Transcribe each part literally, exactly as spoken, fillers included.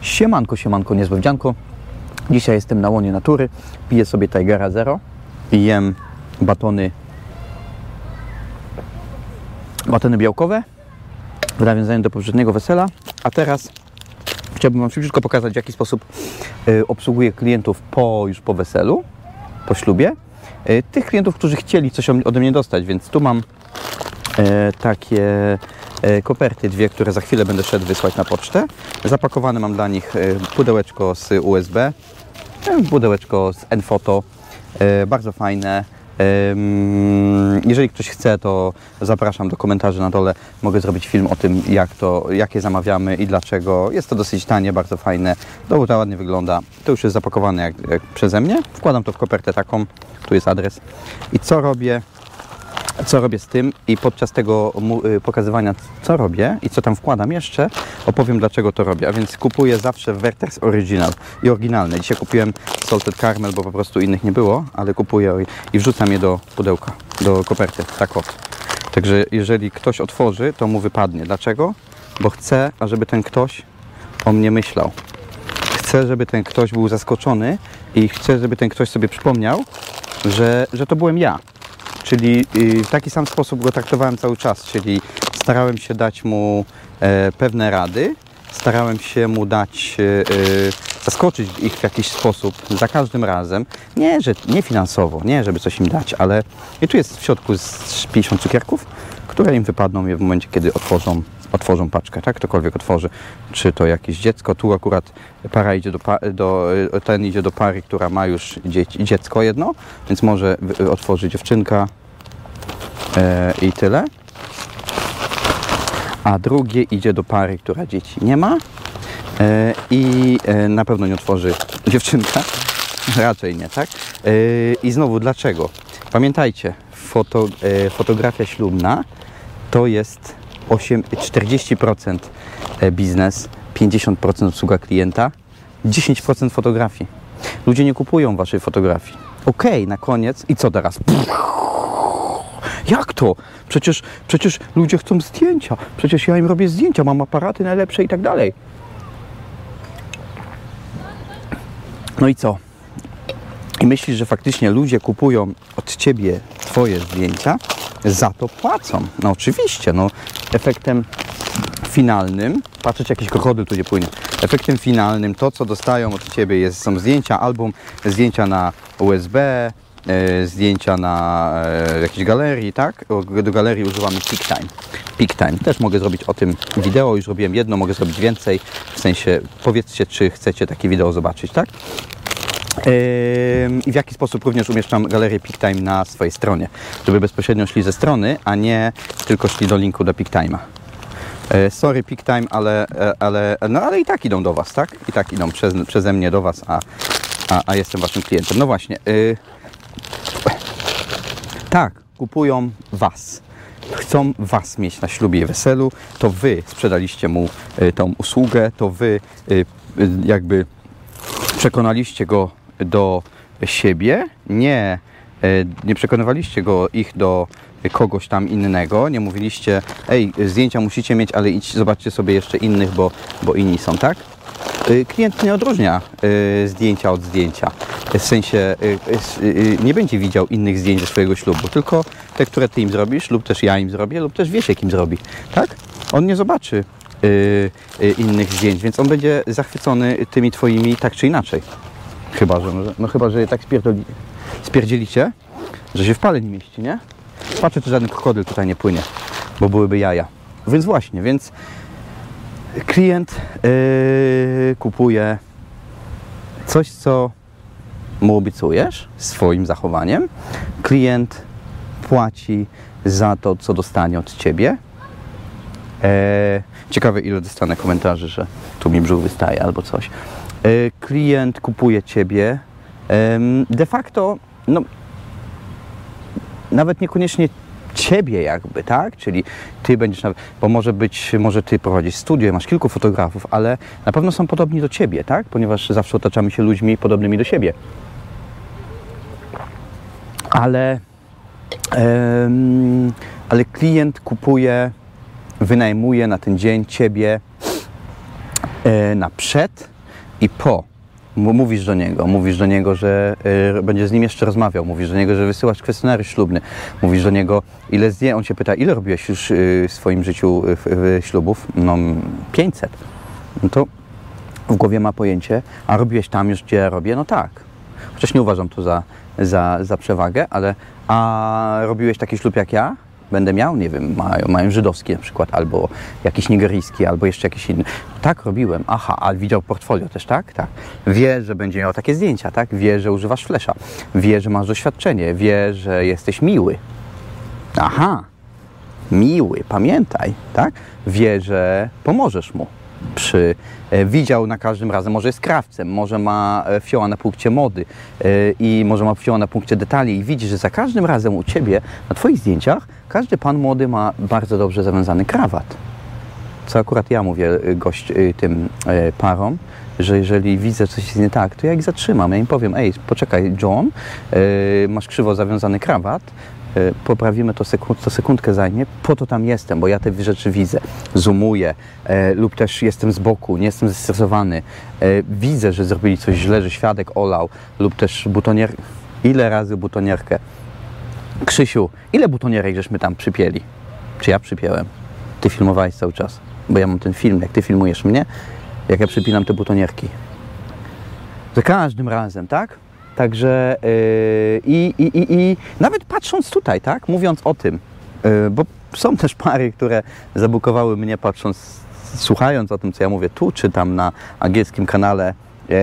Siemanko, siemanko, niezłe wdzianko. Dzisiaj jestem na łonie natury, piję sobie Tigera Zero i jem batony, batony białkowe w nawiązaniu do poprzedniego wesela. A teraz chciałbym Wam szybciutko pokazać, w jaki sposób y, obsługuję klientów po, już po weselu, po ślubie. Y, tych klientów, którzy chcieli coś ode mnie dostać, więc tu mam y, takie y, koperty, dwie, które za chwilę będę szedł wysłać na pocztę. Zapakowane mam dla nich y, pudełeczko z U S B, y, pudełeczko z Enfoto, y, bardzo fajne. Jeżeli ktoś chce, to zapraszam do komentarzy na dole. Mogę zrobić film o tym, jak to, jakie zamawiamy i dlaczego. Jest to dosyć tanie, bardzo fajne. To ładnie wygląda. To już jest zapakowane jak, jak przeze mnie. Wkładam to w kopertę taką. Tu jest adres. I co robię? Co robię z tym i podczas tego pokazywania, co robię i co tam wkładam jeszcze, opowiem, dlaczego to robię. A więc kupuję zawsze Vertex Original i oryginalne. Dzisiaj kupiłem Salted Caramel, bo po prostu innych nie było, ale kupuję i wrzucam je do pudełka, do koperty, tak od. Także jeżeli ktoś otworzy, to mu wypadnie. Dlaczego? Bo chcę, ażeby ten ktoś o mnie myślał. Chcę, żeby ten ktoś był zaskoczony i chcę, żeby ten ktoś sobie przypomniał, że, że to byłem ja. Czyli w taki sam sposób go traktowałem cały czas, czyli starałem się dać mu e, pewne rady, starałem się mu dać, e, zaskoczyć ich w jakiś sposób za każdym razem. Nie, że nie finansowo, nie żeby coś im dać, ale i tu jest w środku z pięćdziesiąt cukierków, które im wypadną w momencie, kiedy otworzą, otworzą paczkę, tak? Ktokolwiek otworzy, czy to jakieś dziecko. Tu akurat para idzie do, do, ten idzie do pary, która ma już dzieci, dziecko jedno, więc może otworzy dziewczynka e, i tyle. A drugie idzie do pary, która dzieci nie ma e, i e, na pewno nie otworzy dziewczynka. Raczej nie, tak? E, I znowu, dlaczego? Pamiętajcie, foto, e, fotografia ślubna to jest czterdzieści procent biznes, pięćdziesiąt procent obsługa klienta, dziesięć procent fotografii. Ludzie nie kupują waszej fotografii. Okej, okay, na koniec. I co teraz? Jak to? Przecież, przecież ludzie chcą zdjęcia. Przecież ja im robię zdjęcia, mam aparaty najlepsze i tak dalej. No i co? I myślisz, że faktycznie ludzie kupują od ciebie twoje zdjęcia? Za to płacą. No oczywiście, no efektem finalnym, patrzeć jakiś krokodyl tu nie płynie, efektem finalnym to, co dostają od ciebie jest, są zdjęcia, album, zdjęcia na U S B, e, zdjęcia na e, jakiejś galerii, tak? Do galerii używamy PicTime. PicTime. Też mogę zrobić o tym wideo, już robiłem jedno, mogę zrobić więcej, w sensie powiedzcie, czy chcecie takie wideo zobaczyć, tak? I w jaki sposób również umieszczam galerię PicTime na swojej stronie, żeby bezpośrednio szli ze strony, a nie tylko szli do linku do PicTime'a. Sorry PicTime, ale, ale, no, ale i tak idą do Was, tak? I tak idą przez, przeze mnie do Was, a, a, a jestem Waszym klientem. No właśnie, yy, tak, kupują Was. Chcą Was mieć na ślubie i weselu, to Wy sprzedaliście mu y, tą usługę, to Wy y, y, jakby przekonaliście go do siebie, nie, nie przekonywaliście go ich do kogoś tam innego, nie mówiliście, ej, zdjęcia musicie mieć, ale idź, zobaczcie sobie jeszcze innych, bo, bo inni są, tak? Klient nie odróżnia zdjęcia od zdjęcia, w sensie nie będzie widział innych zdjęć ze swojego ślubu, tylko te, które Ty im zrobisz, lub też ja im zrobię, lub też wiesz, jak im zrobi, tak? On nie zobaczy innych zdjęć, więc on będzie zachwycony tymi Twoimi tak czy inaczej. Chyba, że, no chyba, że je tak spierdzielicie, że się w pale nie mieści, nie? Patrzę, czy żaden krokodyl tutaj nie płynie, bo byłyby jaja. Więc właśnie, więc klient yy, kupuje coś, co mu obiecujesz swoim zachowaniem. Klient płaci za to, co dostanie od Ciebie. Eee, ciekawe, ile dostanę komentarzy, że tu mi brzuch wystaje albo coś. Eee, klient kupuje Ciebie. Eee, de facto, no, nawet niekoniecznie Ciebie jakby, tak? Czyli Ty będziesz, nawet, bo może być, może Ty prowadzisz studio, masz kilku fotografów, ale na pewno są podobni do Ciebie, tak? Ponieważ zawsze otaczamy się ludźmi podobnymi do siebie. Ale, eee, ale klient kupuje, wynajmuje na ten dzień Ciebie e, na przed i po. Mówisz do niego, mówisz do niego, że y, będziesz z nim jeszcze rozmawiał, mówisz do niego, że wysyłasz kwestionariusz ślubny, mówisz do niego, ile zdjęć, on cię pyta, ile robiłeś już y, w swoim życiu y, y, ślubów? No pięćset. No to w głowie ma pojęcie, a robiłeś tam już, gdzie ja robię? No tak. Chociaż nie uważam to za, za, za przewagę, ale a robiłeś taki ślub jak ja? Będę miał, nie wiem, mają, mają żydowski na przykład, albo jakiś nigeryjski, albo jeszcze jakiś inny. Tak, robiłem. Aha, a widział portfolio też, tak? Tak. Wie, że będzie miał takie zdjęcia, tak? Wie, że używasz flesza. Wie, że masz doświadczenie. Wie, że jesteś miły. Aha, miły, pamiętaj, tak? Wie, że pomożesz mu. Przy, e, widział na każdym razem, może jest krawcem, może ma e, fioła na punkcie mody e, i może ma fioła na punkcie detali i widzi, że za każdym razem u Ciebie, na Twoich zdjęciach, każdy pan młody ma bardzo dobrze zawiązany krawat. Co akurat ja mówię e, gość e, tym e, parom, że jeżeli widzę coś jest nie tak, to ja ich zatrzymam, ja im powiem, ej, poczekaj John, e, masz krzywo zawiązany krawat, poprawimy to, sekund, to sekundkę zajmie, po to tam jestem, bo ja te rzeczy widzę, zoomuję e, lub też jestem z boku, nie jestem zestresowany, e, widzę, że zrobili coś źle, że świadek olał lub też butonier... Ile razy butonierkę? Krzysiu, ile butonierek żeśmy tam przypieli? Czy ja przypięłem? Ty filmowałeś cały czas, bo ja mam ten film, jak ty filmujesz mnie, jak ja przypinam te butonierki. Za każdym razem, tak? Także yy, i, i, i, i nawet patrząc tutaj, tak, mówiąc o tym, yy, bo są też pary, które zabukowały mnie patrząc, słuchając o tym, co ja mówię tu, czy tam na angielskim kanale, yy,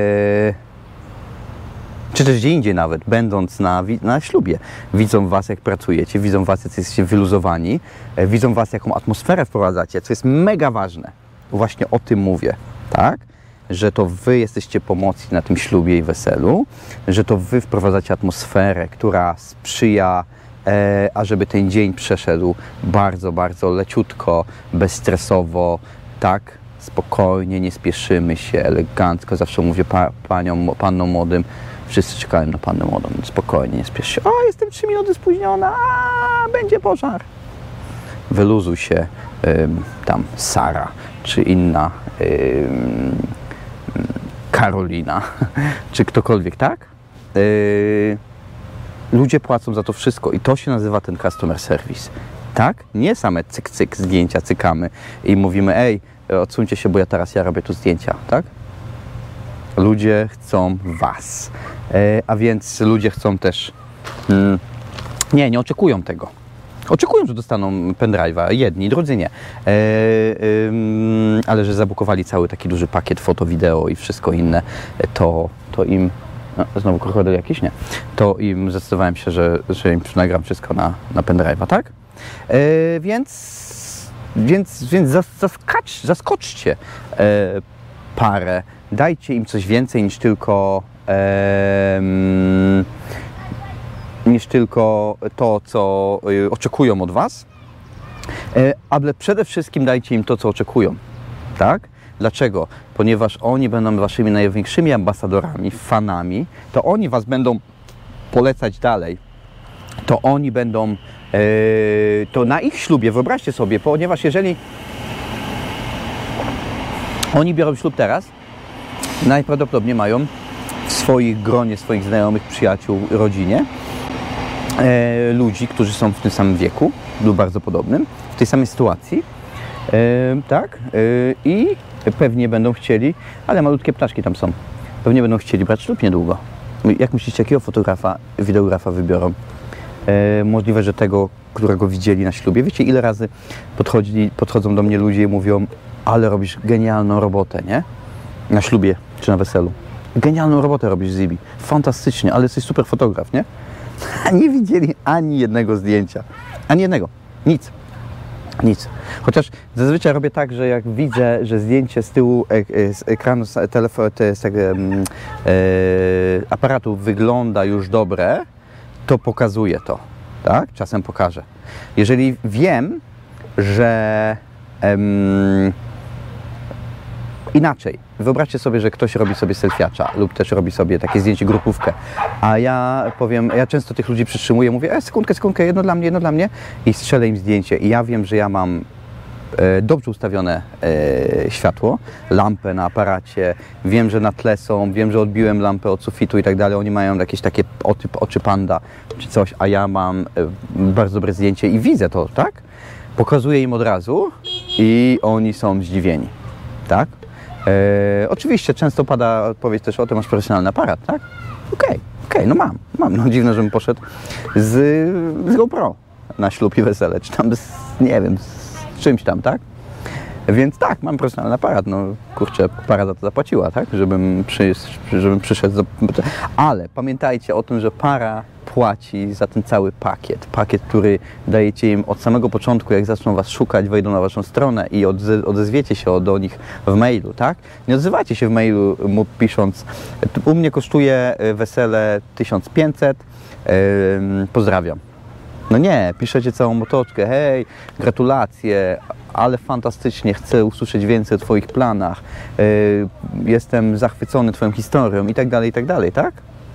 czy też gdzie indziej nawet, będąc na, na ślubie. Widzą Was, jak pracujecie, widzą Was, jak jesteście wyluzowani, yy, widzą Was, jaką atmosferę wprowadzacie, co jest mega ważne. Właśnie o tym mówię, tak? Że to Wy jesteście pomocni na tym ślubie i weselu, że to Wy wprowadzacie atmosferę, która sprzyja, e, ażeby ten dzień przeszedł bardzo, bardzo leciutko, bezstresowo, tak, spokojnie, nie spieszymy się, elegancko. Zawsze mówię pa, paniom, panom młodym, wszyscy czekają na pannę młodą, spokojnie, nie spiesz się. O, jestem trzy minuty spóźniona, a, będzie pożar. Wyluzuj się, y, tam Sara, czy inna y, Karolina, czy ktokolwiek, tak? Yy, ludzie płacą za to wszystko i to się nazywa ten customer service, tak? Nie same cyk, cyk, zdjęcia cykamy i mówimy, ej, odsuńcie się, bo ja teraz ja robię tu zdjęcia, tak? Ludzie chcą Was, yy, a więc ludzie chcą też, yy, nie, nie oczekują tego. Oczekują, że dostaną pendrive'a, jedni, drudzy nie. E, e, ale że zabukowali cały taki duży pakiet foto, wideo i wszystko inne, to, to im... No, znowu krokodyl jakiś? Nie. To im zdecydowałem się, że, że im nagram wszystko na, na pendrive'a, tak? E, więc więc, więc zaskacz, zaskoczcie e, parę. Dajcie im coś więcej niż tylko... E, niż tylko to, co oczekują od Was, ale przede wszystkim dajcie im to, co oczekują, tak? Dlaczego? Ponieważ oni będą Waszymi największymi ambasadorami, fanami, to oni Was będą polecać dalej, to oni będą, to na ich ślubie, wyobraźcie sobie, ponieważ jeżeli oni biorą ślub teraz, najprawdopodobniej mają w swoich gronie, swoich znajomych, przyjaciół, rodzinie, E, ludzi, którzy są w tym samym wieku lub bardzo podobnym, w tej samej sytuacji, e, tak, e, i pewnie będą chcieli, ale malutkie ptaszki tam są, pewnie będą chcieli brać ślub niedługo. Jak myślicie, jakiego fotografa, wideografa wybiorą? E, możliwe, że tego, którego widzieli na ślubie. Wiecie, ile razy podchodzi, podchodzą do mnie ludzie i mówią, ale robisz genialną robotę, nie? Na ślubie czy na weselu. Genialną robotę robisz, Zibi. Fantastycznie, ale jesteś super fotograf, nie? A nie widzieli ani jednego zdjęcia. Ani jednego. Nic. Nic. Chociaż zazwyczaj robię tak, że jak widzę, że zdjęcie z tyłu z ekranu z, telefonu, z tego, e, aparatu wygląda już dobre, to pokazuję to. Tak? Czasem pokażę. Jeżeli wiem, że em, inaczej. Wyobraźcie sobie, że ktoś robi sobie selfiacza lub też robi sobie takie zdjęcie grupówkę, a ja powiem, ja często tych ludzi przytrzymuję, mówię, e, sekundkę, sekundkę, jedno dla mnie, jedno dla mnie i strzelę im zdjęcie i ja wiem, że ja mam e, dobrze ustawione e, światło, lampę na aparacie, wiem, że na tle są, wiem, że odbiłem lampę od sufitu i tak dalej, oni mają jakieś takie oczy, oczy panda czy coś, a ja mam e, bardzo dobre zdjęcie i widzę to, tak? Pokazuję im od razu i oni są zdziwieni, tak? E, oczywiście często pada odpowiedź też o tym, masz profesjonalny aparat, tak? Okej, okay, okej, okay, no mam, mam. No dziwne, żebym poszedł z, z GoPro na ślub i wesele, czy tam z, nie wiem, z czymś tam, tak? Więc tak, mam profesjonalny aparat, no kurczę, para za to zapłaciła, tak? Żebym, przy, żebym przyszedł, ale pamiętajcie o tym, że para płaci za ten cały pakiet. Pakiet, który dajecie im od samego początku, jak zaczną was szukać, wejdą na waszą stronę i odze odezwiecie się do nich w mailu, tak? Nie odzywajcie się w mailu mu pisząc, u mnie kosztuje wesele tysiąc pięćset, yy, pozdrawiam. No nie, piszecie całą otoczkę, hej, gratulacje, ale fantastycznie, chcę usłyszeć więcej o twoich planach, yy, jestem zachwycony twoją historią i tak dalej, i tak dalej, tak?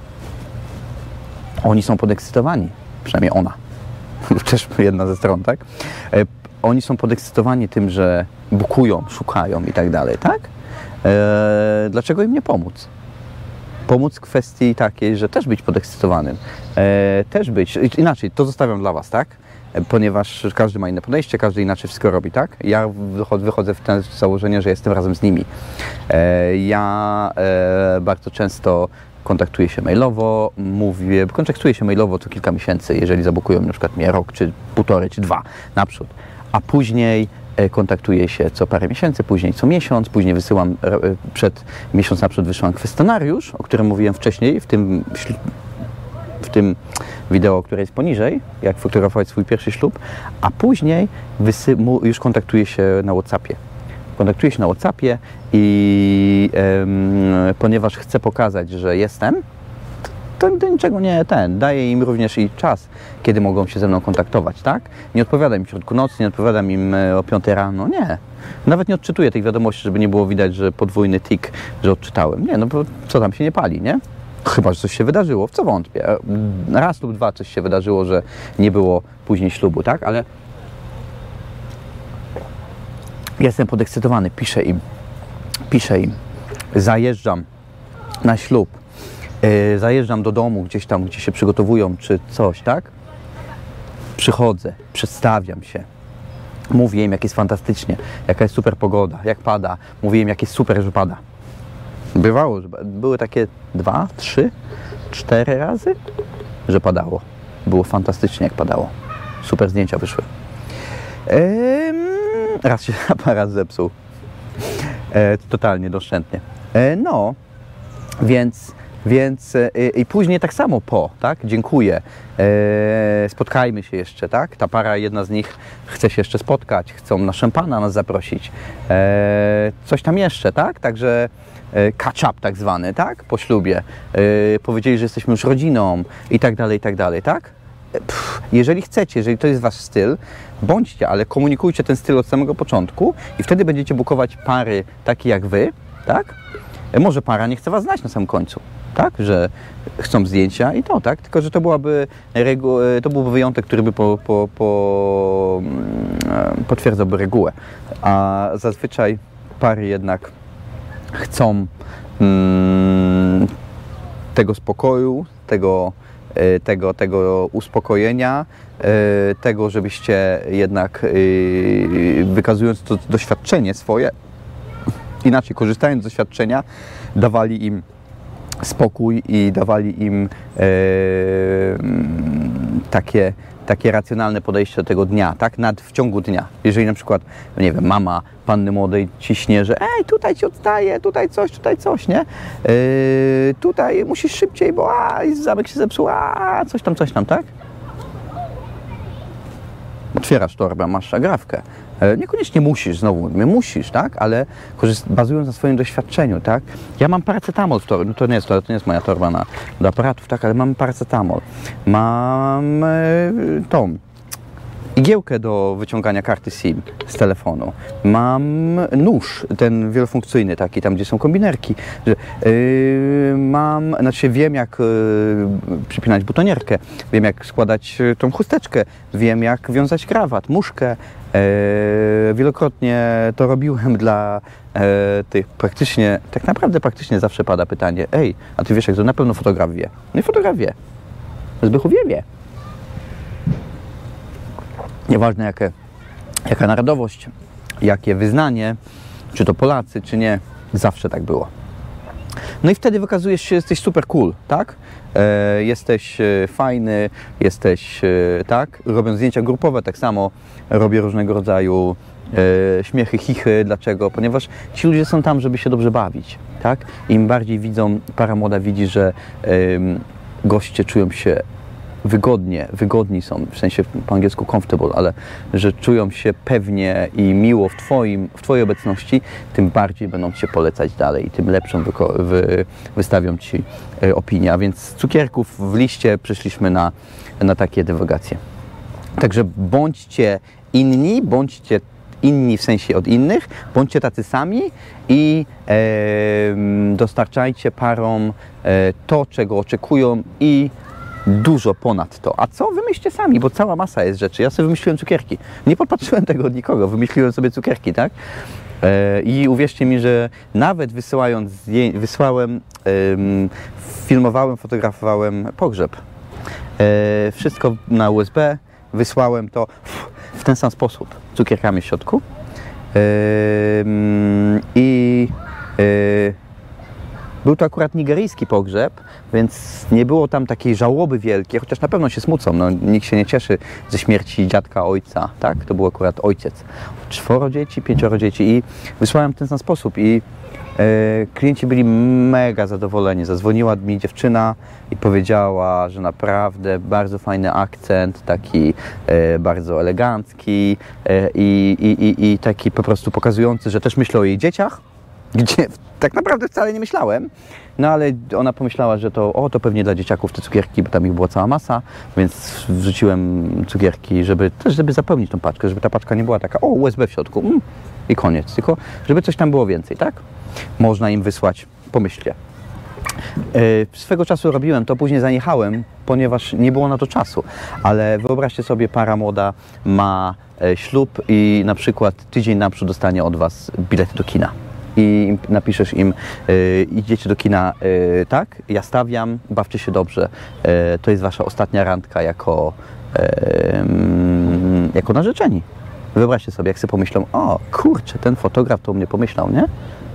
Oni są podekscytowani, przynajmniej ona, też jedna ze stron, tak? Yy, oni są podekscytowani tym, że bukują, szukają i tak dalej, tak? Yy, dlaczego im nie pomóc? Pomóc w kwestii takiej, że też być podekscytowanym, e, też być, inaczej, to zostawiam dla was, tak? E, ponieważ każdy ma inne podejście, każdy inaczej wszystko robi, tak? Ja wychodzę, wychodzę w to założenie, że jestem razem z nimi. E, ja e, bardzo często kontaktuję się mailowo, mówię, kontaktuję się mailowo co kilka miesięcy, jeżeli zabukują na przykład mnie rok, czy półtorej, czy dwa naprzód, a później kontaktuję się co parę miesięcy, później co miesiąc, później wysyłam, przed miesiąc naprzód wysyłam kwestionariusz, o którym mówiłem wcześniej, w tym, w tym wideo, które jest poniżej, jak fotografować swój pierwszy ślub, a później wysy, już kontaktuję się na WhatsAppie. Kontaktuję się na WhatsAppie i um, ponieważ chcę pokazać, że jestem, to, to niczego nie ten. Daję im również i czas, kiedy mogą się ze mną kontaktować, tak? Nie odpowiadam im w środku nocy, nie odpowiadam im o piątej rano, nie. Nawet nie odczytuję tych wiadomości, żeby nie było widać, że podwójny tik, że odczytałem. Nie, no bo co tam się nie pali, nie? Chyba, że coś się wydarzyło, w co wątpię. Raz lub dwa coś się wydarzyło, że nie było później ślubu, tak? Ale jestem podekscytowany, piszę im, piszę im, zajeżdżam na ślub, Yy, zajeżdżam do domu, gdzieś tam, gdzie się przygotowują, czy coś, tak? Przychodzę, przedstawiam się, mówię im, jak jest fantastycznie, jaka jest super pogoda, jak pada, mówię im, jak jest super, że pada. Bywało, że były takie dwa, trzy, cztery razy, że padało. Było fantastycznie, jak padało. Super zdjęcia wyszły. Yy, raz się aparat zepsuł. Yy, totalnie, doszczętnie. Yy, no, więc... Więc i, i później tak samo po, tak? Dziękuję, e, spotkajmy się jeszcze, tak? Ta para, jedna z nich chce się jeszcze spotkać, chcą na szampana nas zaprosić, e, coś tam jeszcze, tak? Także e, catch up tak zwany, tak? Po ślubie, e, powiedzieli, że jesteśmy już rodziną i tak dalej, i tak dalej, tak? Pff, jeżeli chcecie, jeżeli to jest wasz styl, bądźcie, ale komunikujcie ten styl od samego początku i wtedy będziecie bukować pary takie jak wy, tak? Może para nie chce was znać na samym końcu, tak? Że chcą zdjęcia i to, tak? Tylko że to byłaby regu... to byłby wyjątek, który by po, po, po... potwierdzałby regułę. A zazwyczaj pary jednak chcą mm, tego spokoju, tego, tego, tego uspokojenia, tego, żebyście jednak wykazując to doświadczenie swoje, inaczej korzystając z doświadczenia, dawali im spokój i dawali im e, takie, takie racjonalne podejście do tego dnia, tak? Nad, w ciągu dnia. Jeżeli na przykład, nie wiem, mama panny młodej ciśnie, że ej, tutaj ci odstaje, tutaj coś, tutaj coś, nie? E, tutaj musisz szybciej, bo a, zamek się zepsuł, a, coś tam, coś tam, tak? Otwierasz torbę, masz agrafkę. Niekoniecznie musisz, znowu mówię, musisz, tak? Ale bazując na swoim doświadczeniu, tak? Ja mam paracetamol w torbie, no to nie jest, to nie jest moja torba na, do aparatów, tak? Ale mam paracetamol. Mam e, tą igiełkę do wyciągania karty SIM z telefonu, mam nóż, ten wielofunkcyjny taki, tam gdzie są kombinerki, że, yy, mam, znaczy wiem jak yy, przypinać butonierkę, wiem jak składać yy, tą chusteczkę, wiem jak wiązać krawat, muszkę. Yy, wielokrotnie to robiłem dla yy, tych praktycznie, tak naprawdę praktycznie zawsze pada pytanie: ej, a ty wiesz jak to? Na pewno fotograf wie. No i fotograf wie. Zbychu wie, wie. Nieważne jakie, jaka narodowość, jakie wyznanie, czy to Polacy, czy nie, zawsze tak było. No i wtedy okazujesz się, że jesteś super cool, tak? E, jesteś e, fajny, jesteś, e, tak? Robią zdjęcia grupowe, tak samo robię różnego rodzaju e, śmiechy, chichy. Dlaczego? Ponieważ ci ludzie są tam, żeby się dobrze bawić, tak? Im bardziej widzą, para młoda widzi, że e, goście czują się wygodnie, wygodni są, w sensie po angielsku comfortable, ale że czują się pewnie i miło w, twoim, w Twojej obecności, tym bardziej będą Cię polecać dalej i tym lepszą wy, wystawią Ci e, opinię. A więc z cukierków w liście przeszliśmy na, na takie dywagacje. Także bądźcie inni, bądźcie inni w sensie od innych, bądźcie tacy sami i e, dostarczajcie parom e, to, czego oczekują i dużo ponad to. A co? Wymyślcie sami, bo cała masa jest rzeczy. Ja sobie wymyśliłem cukierki. Nie popatrzyłem tego od nikogo. Wymyśliłem sobie cukierki, tak? E, I uwierzcie mi, że nawet wysyłając, wysłałem, ym, filmowałem, fotografowałem pogrzeb. E, wszystko na U S B. Wysłałem to w ten sam sposób. Cukierkami w środku. E, I e, był to akurat nigeryjski pogrzeb, więc nie było tam takiej żałoby wielkiej, chociaż na pewno się smucą. No, nikt się nie cieszy ze śmierci dziadka, ojca, tak? To był akurat ojciec. Czworo dzieci, pięcioro dzieci i wysłałem w ten sam sposób i e, klienci byli mega zadowoleni. Zadzwoniła mi dziewczyna i powiedziała, że naprawdę bardzo fajny akcent, taki e, bardzo elegancki e, i, i, i, i taki po prostu pokazujący, że też myślę o jej dzieciach, gdzie tak naprawdę wcale nie myślałem, no ale ona pomyślała, że to, o, to pewnie dla dzieciaków te cukierki, bo tam ich była cała masa, więc wrzuciłem cukierki, żeby też żeby zapełnić tą paczkę, żeby ta paczka nie była taka, o, U S B w środku mm, i koniec, tylko żeby coś tam było więcej, tak? Można im wysłać, pomyślcie. Yy, swego czasu robiłem to, później zaniechałem, ponieważ nie było na to czasu, ale wyobraźcie sobie, para młoda ma e, ślub i na przykład tydzień naprzód dostanie od Was bilety do kina. I napiszesz im, y, idziecie do kina, y, tak, ja stawiam, bawcie się dobrze, y, to jest wasza ostatnia randka jako, y, y, jako narzeczeni. Wyobraźcie sobie, jak sobie pomyślą, o kurczę, ten fotograf to o mnie pomyślał, nie?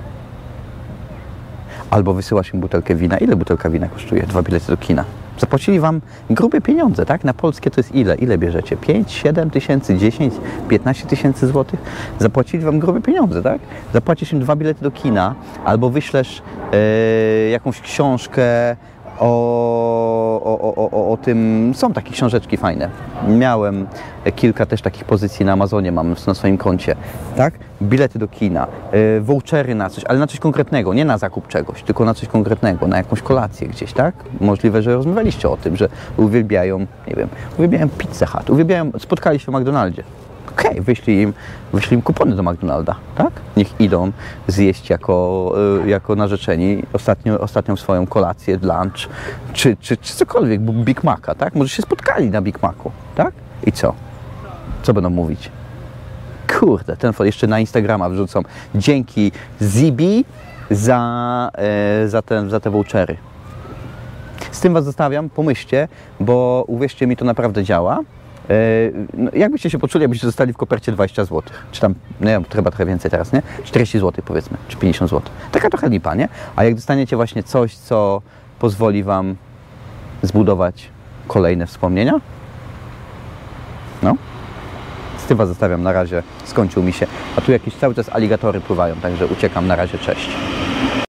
Albo wysyłasz im butelkę wina. Ile butelka wina kosztuje? Dwa bilety do kina. Zapłacili Wam grube pieniądze, tak? Na polskie to jest ile? Ile bierzecie? pięć, siedem tysięcy, dziesięć, piętnaście tysięcy złotych? Zapłacili Wam grube pieniądze, tak? Zapłacisz im dwa bilety do kina, albo wyślesz e, jakąś książkę o, o, o, o, o tym. Są takie książeczki fajne. Miałem kilka też takich pozycji na Amazonie, mam na swoim koncie, tak? Bilety do kina, yy, vouchery na coś, ale na coś konkretnego, nie na zakup czegoś, tylko na coś konkretnego, na jakąś kolację gdzieś, tak? Możliwe, że rozmawialiście o tym, że uwielbiają, nie wiem, uwielbiają Pizza Hut, uwielbiają, spotkali się w McDonaldzie. Okej, okay, wyślij im, wyślij im kupony do McDonalda, tak? Niech idą zjeść jako, y, jako narzeczeni ostatnio, ostatnią swoją kolację, lunch, czy, czy, czy cokolwiek, Big Maca, tak? Może się spotkali na Big Macu, tak? I co? Co będą mówić? Kurde, ten fot jeszcze na Instagrama wrzucą. Dzięki Zibi za, e, za, ten, za te vouchery. Z tym Was zostawiam, pomyślcie, bo uwierzcie mi, to naprawdę działa. E, no, jakbyście się poczuli, jakbyście zostali w kopercie dwadzieścia złotych, czy tam, no ja, to chyba trochę więcej teraz, nie? czterdzieści złotych powiedzmy, czy pięćdziesiąt złotych. Taka trochę lipa, nie? A jak dostaniecie właśnie coś, co pozwoli Wam zbudować kolejne wspomnienia, no, z tym Was zostawiam na razie, skończył mi się, a tu jakieś cały czas aligatory pływają, także uciekam, na razie, cześć.